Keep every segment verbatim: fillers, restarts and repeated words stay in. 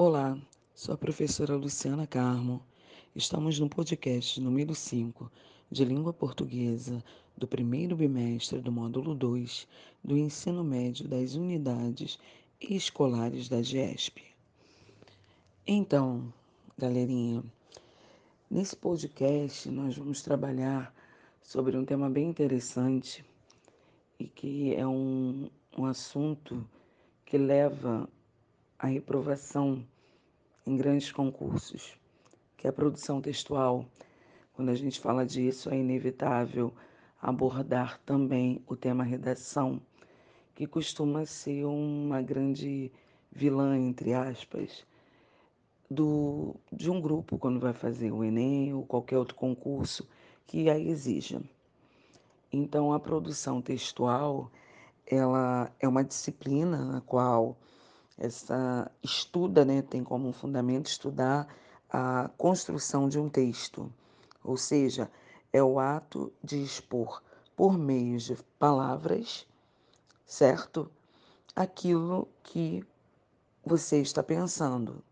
Olá, sou a professora Luciana Carmo. Estamos no podcast número cinco de Língua Portuguesa do primeiro bimestre do módulo dois do ensino médio das unidades escolares da GESP. Então, galerinha, nesse podcast nós vamos trabalhar sobre um tema bem interessante e que é um, um assunto que leva à reprovação em grandes concursos, que é a produção textual. Quando a gente fala disso, é inevitável abordar também o tema redação, que costuma ser uma grande vilã, entre aspas, do, de um grupo quando vai fazer o Enem ou qualquer outro concurso que a exija. Então, a produção textual, ela é uma disciplina na qual essa estuda, né, tem como fundamento estudar a construção de um texto, ou seja, é o ato de expor por meio de palavras, certo? Aquilo que você está pensando.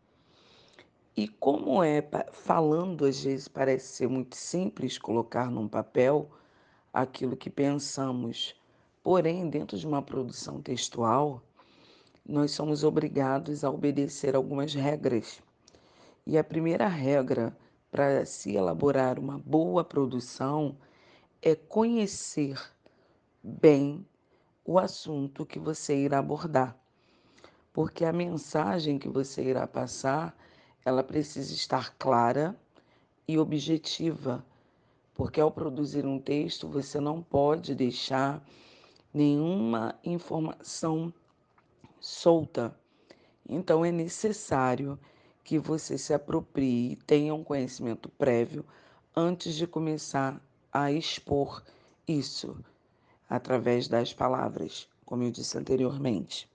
E como é falando, às vezes parece ser muito simples colocar num papel aquilo que pensamos. Porém, dentro de uma produção textual, nós somos obrigados a obedecer algumas regras. E a primeira regra para se elaborar uma boa produção é conhecer bem o assunto que você irá abordar, porque a mensagem que você irá passar, ela precisa estar clara e objetiva, porque ao produzir um texto você não pode deixar nenhuma informação solta. Então, é necessário que você se aproprie e tenha um conhecimento prévio antes de começar a expor isso através das palavras, como eu disse anteriormente.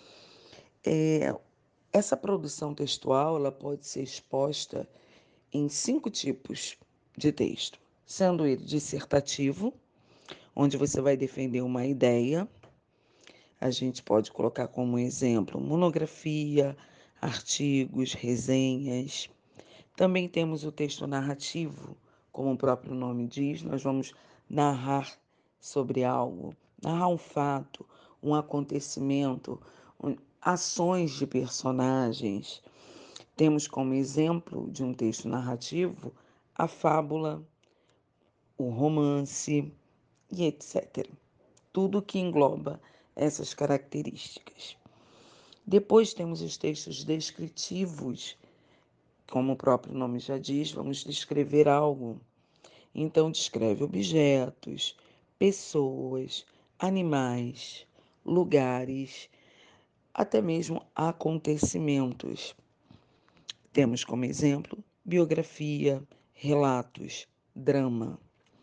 É, essa produção textual ela pode ser exposta em cinco tipos de texto, sendo ele dissertativo, onde você vai defender uma ideia. A gente pode colocar como exemplo monografia, artigos, resenhas. Também temos o texto narrativo, como o próprio nome diz, nós vamos narrar sobre algo, narrar um fato, um acontecimento, um, ações de personagens. Temos como exemplo de um texto narrativo a fábula, o romance e etcétera. Tudo que engloba essas características. Depois temos os textos descritivos, como o próprio nome já diz, vamos descrever algo. Então, descreve objetos, pessoas, animais, lugares, até mesmo acontecimentos. Temos como exemplo biografia, relatos, drama.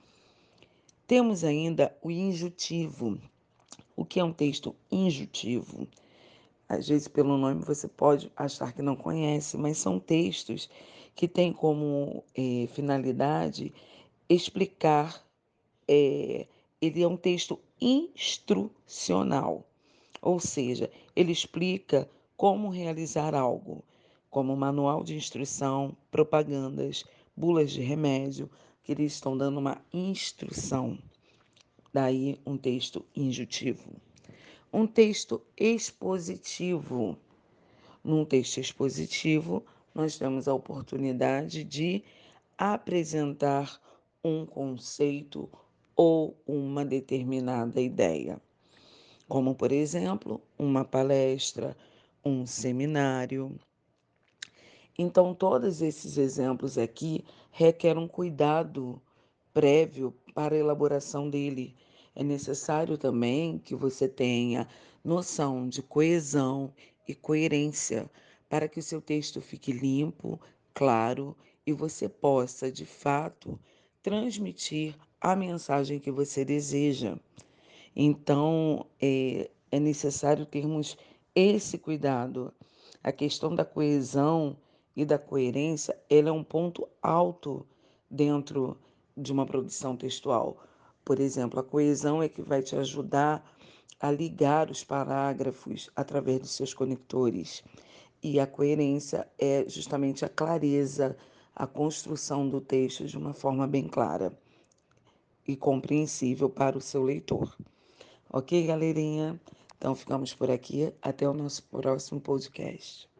Temos ainda o injutivo. O que é um texto injutivo? Às vezes, pelo nome, você pode achar que não conhece, mas são textos que têm como eh, finalidade explicar. Eh, ele é um texto instrucional, ou seja, ele explica como realizar algo, como manual de instrução, propagandas, bulas de remédio, que eles estão dando uma instrução. Daí um texto injutivo. Um texto expositivo. Num texto expositivo, nós temos a oportunidade de apresentar um conceito ou uma determinada ideia, como, por exemplo, uma palestra, um seminário. Então, todos esses exemplos aqui requerem um cuidado prévio para a elaboração dele. É necessário também que você tenha noção de coesão e coerência para que o seu texto fique limpo, claro e você possa, de fato, transmitir a mensagem que você deseja. Então, é, é necessário termos esse cuidado. A questão da coesão e da coerência, ela é um ponto alto dentro de uma produção textual. Por exemplo, a coesão é que vai te ajudar a ligar os parágrafos através dos seus conectores. E a coerência é justamente a clareza, a construção do texto de uma forma bem clara e compreensível para o seu leitor. Ok, galerinha? Então ficamos por aqui. Até o nosso próximo podcast.